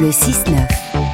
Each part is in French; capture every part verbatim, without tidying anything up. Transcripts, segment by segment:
Le six neuf.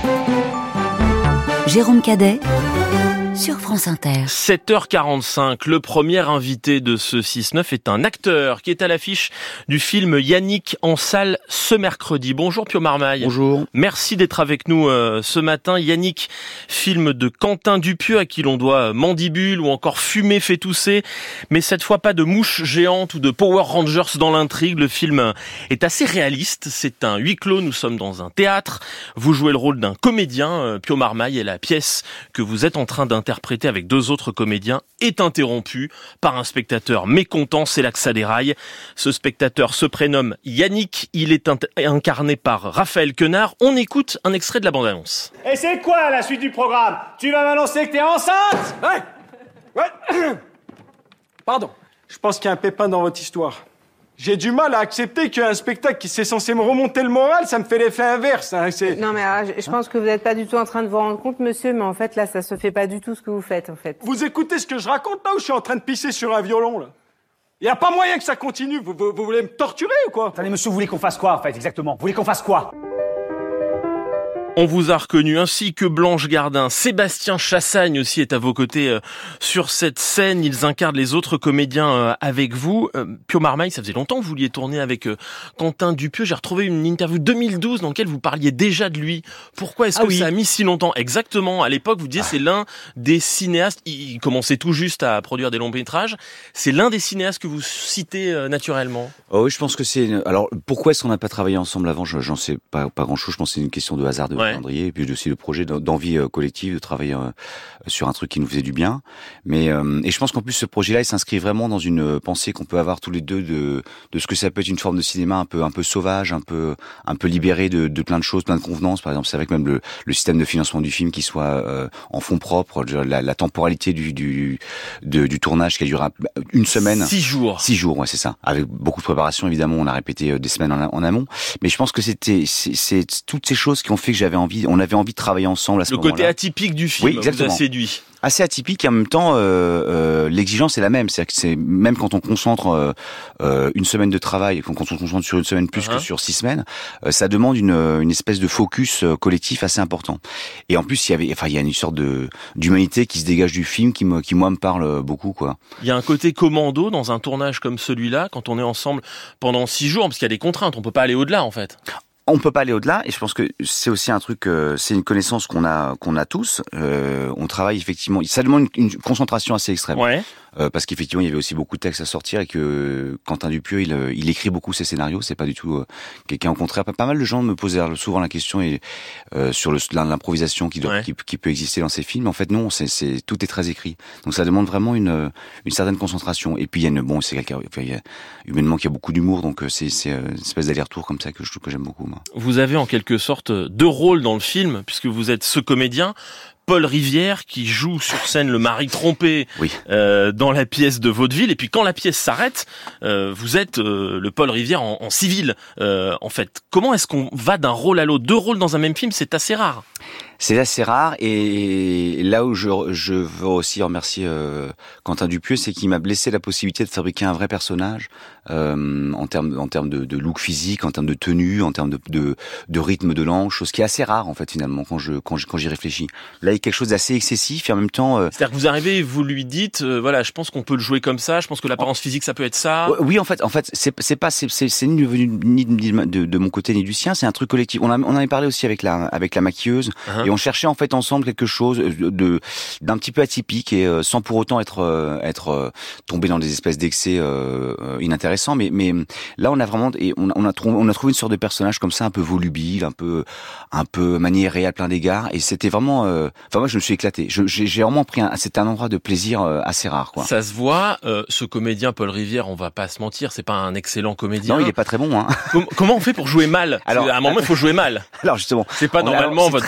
Jérôme Cadet sur France Inter. sept heures quarante-cinq, le premier invité de ce six neuf est un acteur qui est à l'affiche du film Yannick en salle ce mercredi. Bonjour Pio Marmaille. Bonjour. Merci d'être avec nous euh, ce matin. Yannick, film de Quentin Dupieux à qui l'on doit Mandibule ou encore Fumée fait tousser, mais cette fois pas de mouches géantes ou de Power Rangers dans l'intrigue. Le film est assez réaliste, c'est un huis clos, nous sommes dans un théâtre. Vous jouez le rôle d'un comédien, euh, Pio Marmaille, et la pièce que vous êtes en train d'interpréter interprété avec deux autres comédiens, est interrompu par un spectateur mécontent, c'est là que ça déraille. Ce spectateur se prénomme Yannick, il est incarné par Raphaël Quenard. On écoute un extrait de la bande-annonce. Et c'est quoi la suite du programme? Tu vas m'annoncer que t'es enceinte? Ouais Ouais Pardon, je pense qu'il y a un pépin dans votre histoire. J'ai du mal à accepter qu'un spectacle qui c'est censé me remonter le moral, ça me fait l'effet inverse. Hein, c'est... Non mais alors, je, je pense que vous n'êtes pas du tout en train de vous rendre compte, monsieur, mais en fait là, ça se fait pas du tout ce que vous faites, en fait. Vous écoutez ce que je raconte là ou je suis en train de pisser sur un violon là? Il y a pas moyen que ça continue. Vous, vous, vous voulez me torturer ou quoi? Attendez, monsieur, vous voulez qu'on fasse quoi en fait exactement? Vous voulez qu'on fasse quoi? On vous a reconnu, ainsi que Blanche Gardin. Sébastien Chassagne aussi est à vos côtés euh, sur cette scène. Ils incarnent les autres comédiens euh, avec vous. Euh, Pio Marmaille, ça faisait longtemps que vous vouliez tourner avec euh, Quentin Dupieux. J'ai retrouvé une interview deux mille douze dans laquelle vous parliez déjà de lui. Pourquoi est-ce ah que oui. ça a mis si longtemps? Exactement. À l'époque, vous disiez ah. c'est l'un des cinéastes. Il commençait tout juste à produire des longs métrages. C'est l'un des cinéastes que vous citez euh, naturellement. Oh oui, je pense que c'est. Alors pourquoi est-ce qu'on n'a pas travaillé ensemble avant? J'en sais pas, pas grand-chose. Je pense que c'est une question de hasard de ouais. calendrier, et puis aussi le projet d'envie collective de travailler euh, sur un truc qui nous faisait du bien. Mais euh, et je pense qu'en plus ce projet-là, il s'inscrit vraiment dans une pensée qu'on peut avoir tous les deux de de ce que ça peut être une forme de cinéma un peu un peu sauvage, un peu un peu libéré de, de plein de choses, plein de convenances. Par exemple, c'est avec même le, le système de financement du film qui soit euh, en fonds propres, la, la temporalité du du de, du tournage qui a duré une semaine, six jours, six jours, ouais, c'est ça. Avec beaucoup de préparation, évidemment, on a répété des semaines en, en amont. Mais je pense que c'était c'est, c'est toutes ces choses qui ont fait que j'avais envie, on avait envie de travailler ensemble à ce le moment-là. Le côté atypique du film oui, vous a séduit. Assez atypique et en même temps euh, euh, l'exigence est la même, c'est-à-dire que c'est même quand on concentre euh, euh, une semaine de travail, quand on se concentre sur une semaine plus uh-huh. que sur six semaines, euh, ça demande une, une espèce de focus euh, collectif assez important. Et en plus il y avait, enfin il y a une sorte de d'humanité qui se dégage du film qui me, qui moi me parle beaucoup quoi. Il y a un côté commando dans un tournage comme celui-là quand on est ensemble pendant six jours parce qu'il y a des contraintes, on peut pas aller au-delà en fait. On peut pas aller au-delà et je pense que c'est aussi un truc, euh, c'est une connaissance qu'on a qu'on a tous. Euh, on travaille effectivement, ça demande une, une concentration assez extrême. Ouais. Euh, parce qu'effectivement il y avait aussi beaucoup de textes à sortir et que Quentin Dupieux il, il écrit beaucoup ses scénarios, c'est pas du tout euh, quelqu'un au contraire. Pas, pas mal de gens me posaient souvent la question et euh, sur le, l'improvisation qui, doit, ouais. qui, qui peut exister dans ces films. En fait non, c'est, c'est tout est très écrit. Donc ça demande vraiment une une certaine concentration. Et puis il y a une bon c'est quelqu'un, enfin, il y a humainement qui a beaucoup d'humour, donc c'est c'est une espèce d'aller-retour comme ça que je trouve que j'aime beaucoup moi. Vous avez en quelque sorte deux rôles dans le film puisque vous êtes ce comédien Paul Rivière qui joue sur scène le mari trompé oui. euh, dans la pièce de vaudeville et puis quand la pièce s'arrête euh, vous êtes euh, le Paul Rivière en, en civil euh, en fait. Comment est-ce qu'on va d'un rôle à l'autre? Deux rôles dans un même film, c'est assez rare. C'est assez rare et là où je, je veux aussi remercier euh, Quentin Dupieux, c'est qu'il m'a laissé la possibilité de fabriquer un vrai personnage euh, en termes en termes de, de look physique, en termes de tenue, en termes de, de, de rythme de langue, chose qui est assez rare en fait finalement quand je quand je, quand j'y réfléchis. Là il y a quelque chose d'assez excessif et en même temps. Euh... C'est-à-dire que vous arrivez, et vous lui dites, euh, voilà, je pense qu'on peut le jouer comme ça, je pense que l'apparence physique ça peut être ça. Oui en fait en fait c'est c'est pas c'est c'est, c'est ni venu ni de, de, de mon côté ni du sien, c'est un truc collectif. On a on en avait parlé aussi avec la avec la maquilleuse. Uh-huh. Et on cherchait en fait ensemble quelque chose de d'un petit peu atypique et euh, sans pour autant être euh, être euh, tombé dans des espèces d'excès euh, inintéressants. Mais mais là on a vraiment et on, on a trouvé on a trouvé une sorte de personnage comme ça un peu volubile, un peu un peu maniéré à plein d'égards. Et c'était vraiment. Euh, enfin moi je me suis éclaté. Je, j'ai, j'ai vraiment pris un c'était un endroit de plaisir euh, assez rare quoi. Ça se voit. Euh, ce comédien Paul Rivière, on va pas se mentir, c'est pas un excellent comédien. Non il est pas très bon. Hein. Com- comment on fait pour jouer mal? Alors à un moment il faut jouer mal. Alors justement. C'est pas normalement alors, c'est votre très, travail. C'est, c'est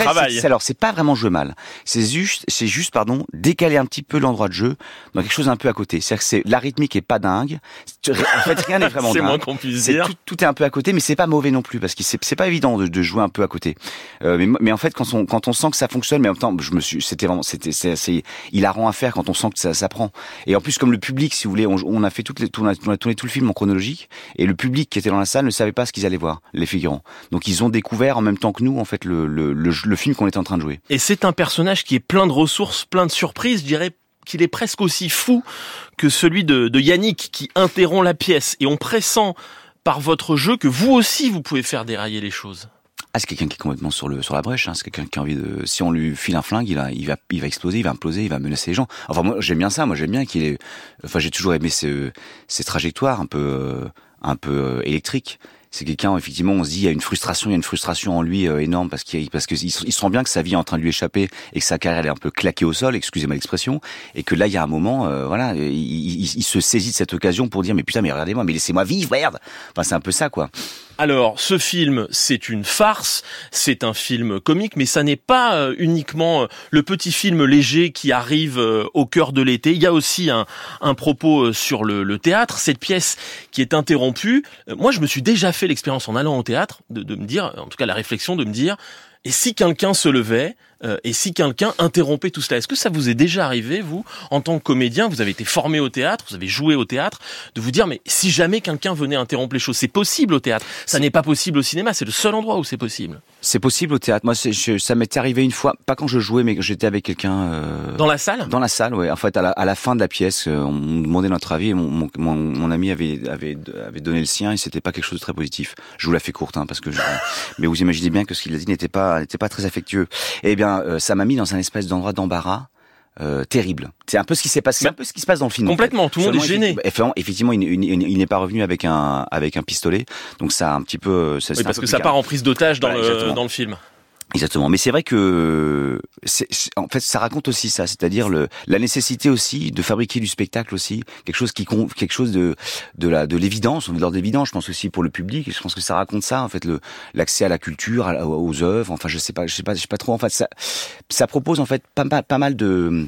alors c'est pas vraiment jouer mal. C'est juste, c'est juste, pardon, décaler un petit peu l'endroit de jeu dans quelque chose un peu à côté. C'est-à-dire que c'est, la rythmique est pas dingue. En fait, rien n'est vraiment c'est dingue. moins qu'on puisse C'est dire. tout, tout est un peu à côté, mais c'est pas mauvais non plus parce que c'est, c'est pas évident de, de jouer un peu à côté. Euh, mais, mais en fait, quand on, quand on sent que ça fonctionne, mais en même temps, je me suis, c'était vraiment, c'était, c'est assez hilarant à faire quand on sent que ça, ça prend. Et en plus, comme le public, si vous voulez, on, on a fait toutes les, on a, on a tourné tout le film en chronologique, et le public qui était dans la salle ne savait pas ce qu'ils allaient voir, les figurants. Donc ils ont découvert en même temps que nous, en fait, le, le, le, le film qu'on était en train de jouer. Et c'est un personnage qui est plein de ressources, plein de surprises, je dirais qu'il est presque aussi fou que celui de, de Yannick qui interrompt la pièce. Et on pressent par votre jeu que vous aussi, vous pouvez faire dérailler les choses. Ah, c'est quelqu'un qui est complètement sur le sur la brèche. Hein. C'est quelqu'un qui a envie de. Si on lui file un flingue, il a, il va, il va exploser, il va imploser, il va menacer les gens. Enfin, moi, j'aime bien ça. Moi, j'aime bien qu'il ait. Enfin, j'ai toujours aimé ces, ces trajectoires un peu, euh, un peu euh, électriques. C'est quelqu'un, effectivement, on se dit, il y a une frustration, il y a une frustration en lui euh, énorme parce qu'il, parce que il, il sent bien que sa vie est en train de lui échapper et que sa carrière elle est un peu claquée au sol, excusez-moi l'expression, et que là, il y a un moment, euh, voilà, il, il, il se saisit de cette occasion pour dire, mais putain, mais regardez-moi, mais laissez-moi vivre, merde. Enfin, c'est un peu ça, quoi. Alors, ce film, c'est une farce, c'est un film comique, mais ça n'est pas euh, uniquement euh, le petit film léger qui arrive euh, au cœur de l'été. Il y a aussi un, un propos euh, sur le, le théâtre, cette pièce qui est interrompue. Euh, moi, je me suis déjà fait l'expérience en allant au théâtre, de, de me dire, en tout cas la réflexion de me dire, et si quelqu'un se levait, euh, et si quelqu'un interrompait tout cela? Est-ce que ça vous est déjà arrivé, vous, en tant que comédien, vous avez été formé au théâtre, vous avez joué au théâtre, de vous dire, mais si jamais quelqu'un venait interrompre les choses, c'est possible au théâtre, ça n'est pas possible au cinéma, c'est le seul endroit où c'est possible. C'est possible au théâtre. Moi, c'est, je, ça m'était arrivé une fois, pas quand je jouais, mais que j'étais avec quelqu'un... Euh, dans la salle? Dans la salle, ouais. En fait, à la, à la fin de la pièce, euh, on nous demandait notre avis, et mon, mon, mon, mon ami avait, avait, avait donné le sien, et c'était pas quelque chose de très positif. Je vous la fais courte, hein, parce que je, mais vous imaginez bien que ce qu'il a dit n'était pas, n'était pas très affectueux. Eh bien, euh, ça m'a mis dans un espèce d'endroit d'embarras euh, terrible. C'est un peu ce qui s'est passé, c'est un peu ce qui se passe dans le film. Complètement, en fait. Tout le monde est gêné. Effectivement, effectivement il, il, il, il n'est pas revenu avec un avec un pistolet, donc ça a un petit peu. Ça, oui, parce un peu que ça part en prise d'otage dans voilà, le dans le film. Exactement, mais c'est vrai que c'est, c'est, en fait ça raconte aussi ça, c'est-à-dire le, la nécessité aussi de fabriquer du spectacle aussi, quelque chose qui quelque chose de de la de l'évidence, de l'ordre d'évidence, je pense aussi pour le public, et je pense que ça raconte ça en fait, le l'accès à la culture, à, aux œuvres, enfin je sais pas, je sais pas, je sais pas trop, en fait ça ça propose en fait pas pas, pas mal de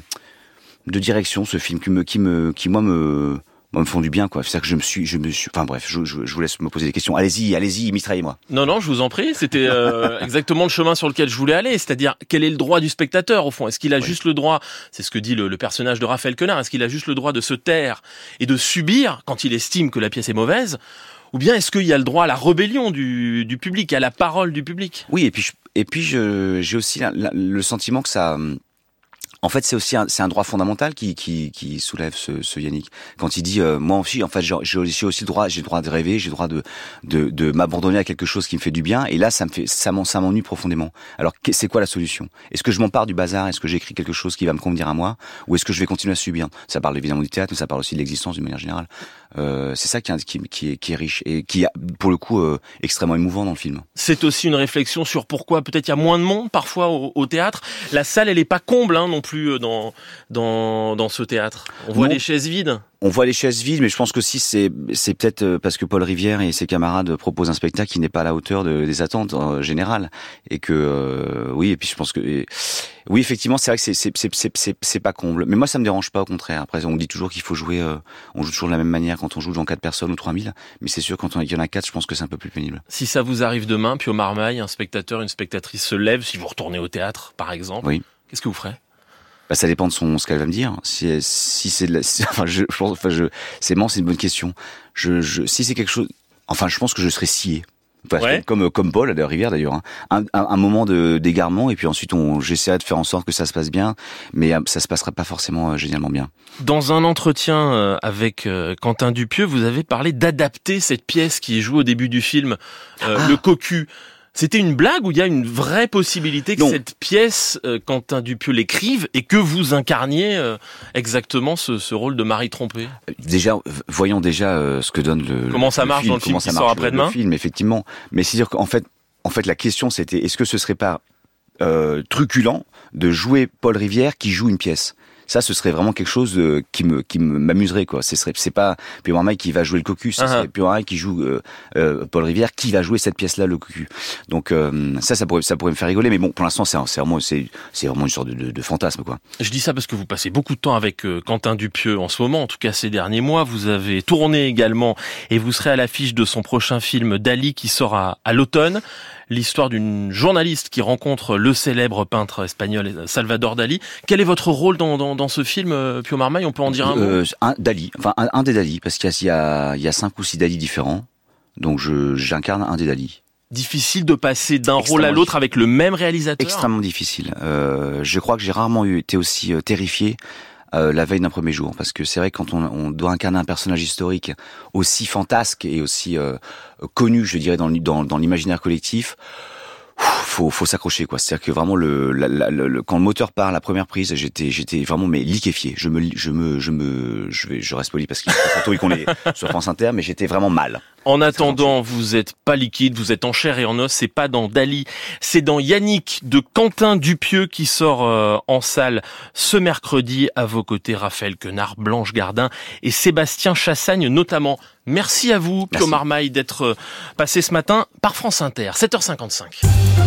de directions, ce film qui me qui me qui moi me Moi, me font du bien, quoi. C'est ça que je me suis, je me suis. Enfin bref, je, je, je vous laisse me poser des questions. Allez-y, allez-y, mitraillez-moi. Non, non, je vous en prie. C'était euh, exactement le chemin sur lequel je voulais aller, c'est-à-dire quel est le droit du spectateur au fond. Est-ce qu'il a oui. juste le droit, c'est ce que dit le, le personnage de Raphaël Quenard, est-ce qu'il a juste le droit de se taire et de subir quand il estime que la pièce est mauvaise, ou bien est-ce qu'il y a le droit à la rébellion du, du public, à la parole du public? Oui, et puis je, et puis je, j'ai aussi la, la, le sentiment que ça. En fait, c'est aussi un, c'est un droit fondamental qui, qui, qui soulève ce, ce Yannick. Quand il dit, euh, moi aussi, en fait, j'ai, j'ai aussi le droit, j'ai le droit de rêver, j'ai le droit de, de, de m'abandonner à quelque chose qui me fait du bien. Et là, ça me fait, ça m'ennuie profondément. Alors, c'est quoi la solution? Est-ce que je m'empare du bazar? Est-ce que j'écris quelque chose qui va me convenir à moi? Ou est-ce que je vais continuer à subir? Ça parle évidemment du théâtre, mais ça parle aussi de l'existence d'une manière générale. Euh, c'est ça qui, qui, qui, est, qui est riche et qui, pour le coup, euh, extrêmement émouvant dans le film. C'est aussi une réflexion sur pourquoi peut-être il y a moins de monde parfois au, au théâtre. La salle, elle est pas comble, hein, non plus. Dans, dans, dans ce théâtre. On voit non. les chaises vides. On voit les chaises vides, mais je pense que si c'est, c'est peut-être parce que Paul Rivière et ses camarades proposent un spectacle qui n'est pas à la hauteur de, des attentes en général. Et que, euh, oui, et puis je pense que, et, oui, effectivement, c'est vrai que c'est, c'est, c'est, c'est, c'est, c'est pas comble. Mais moi, ça me dérange pas, au contraire. Après, on dit toujours qu'il faut jouer, euh, on joue toujours de la même manière quand on joue dans quatre personnes ou trois mille. Mais c'est sûr, quand il y en a quatre, je pense que c'est un peu plus pénible. Si ça vous arrive demain, puis au Marmaille, un spectateur, une spectatrice se lève, si vous retournez au théâtre, par exemple. Oui. Qu'est-ce que vous ferez? Bah, ça dépend de son, ce qu'elle va me dire. Si, si c'est de la, si, enfin, je, je pense, enfin, je, c'est bon, c'est une bonne question. Je, je, si c'est quelque chose, enfin, je pense que je serais scié. Enfin, ouais. Comme, comme Paul, à la Rivière d'ailleurs. Hein. Un, un, un moment de, d'égarement, et puis ensuite, on, j'essaierai de faire en sorte que ça se passe bien, mais ça se passera pas forcément euh, génialement bien. Dans un entretien euh, avec euh, Quentin Dupieux, vous avez parlé d'adapter cette pièce qui est jouée au début du film, euh, ah. Le Cocu. C'était une blague ou il y a une vraie possibilité que non. cette pièce, euh, Quentin Dupieux l'écrive et que vous incarniez euh, exactement ce, ce rôle de Marie trompée? Déjà, voyons déjà euh, ce que donne le comment ça le marche film, dans le film qui sort après-demain. Le film, effectivement. Mais c'est-à-dire qu'en fait, en fait, la question c'était est-ce que ce serait pas euh, truculent de jouer Paul Rivière qui joue une pièce? Ça, ce serait vraiment quelque chose euh, qui me qui m'amuserait, quoi. Ce serait, c'est pas Pio Marmaille qui va jouer le cocu, ce serait uh-huh. Pio Marmaille qui joue euh, euh, Paul Rivière, qui va jouer cette pièce-là, le cocu. Donc euh, ça, ça pourrait, ça pourrait me faire rigoler. Mais bon, pour l'instant, c'est, c'est vraiment, c'est, c'est vraiment une sorte de, de, de fantasme, quoi. Je dis ça parce que vous passez beaucoup de temps avec euh, Quentin Dupieux en ce moment, en tout cas ces derniers mois. Vous avez tourné également et vous serez à l'affiche de son prochain film Dali qui sort à, à l'automne. L'histoire d'une journaliste qui rencontre le célèbre peintre espagnol Salvador Dali. Quel est votre rôle dans, dans, dans ce film, Pio Marmaille? On peut en dire un euh, mot? Un Dali, enfin un, un des Dali, parce qu'il y a, il y a cinq ou six Dali différents. Donc je, j'incarne un des Dali. Difficile de passer d'un rôle à l'autre difficile. Avec le même réalisateur? Extrêmement difficile. Euh, je crois que j'ai rarement eu, été aussi euh, terrifié euh, la veille d'un premier jour, parce que c'est vrai que quand on, on doit incarner un personnage historique aussi fantasque et aussi euh, connu, je dirais, dans, dans, dans l'imaginaire collectif, faut faut s'accrocher, quoi. C'est-à-dire que vraiment le, la, la, le quand le moteur part, la première prise, j'étais j'étais vraiment mais liquéfié. Je me je me je me je vais je reste poli parce qu'il faut pas trop qu'on est sur France Inter, mais j'étais vraiment mal. En attendant, vous êtes pas liquide, vous êtes en chair et en os. C'est pas dans Dali, c'est dans Yannick de Quentin Dupieux qui sort euh, en salle ce mercredi. À vos côtés, Raphaël Quenard, Blanche Gardin et Sébastien Chassagne notamment. Merci à vous, Pio Marmaille, d'être passé ce matin par France Inter. sept heures cinquante-cinq.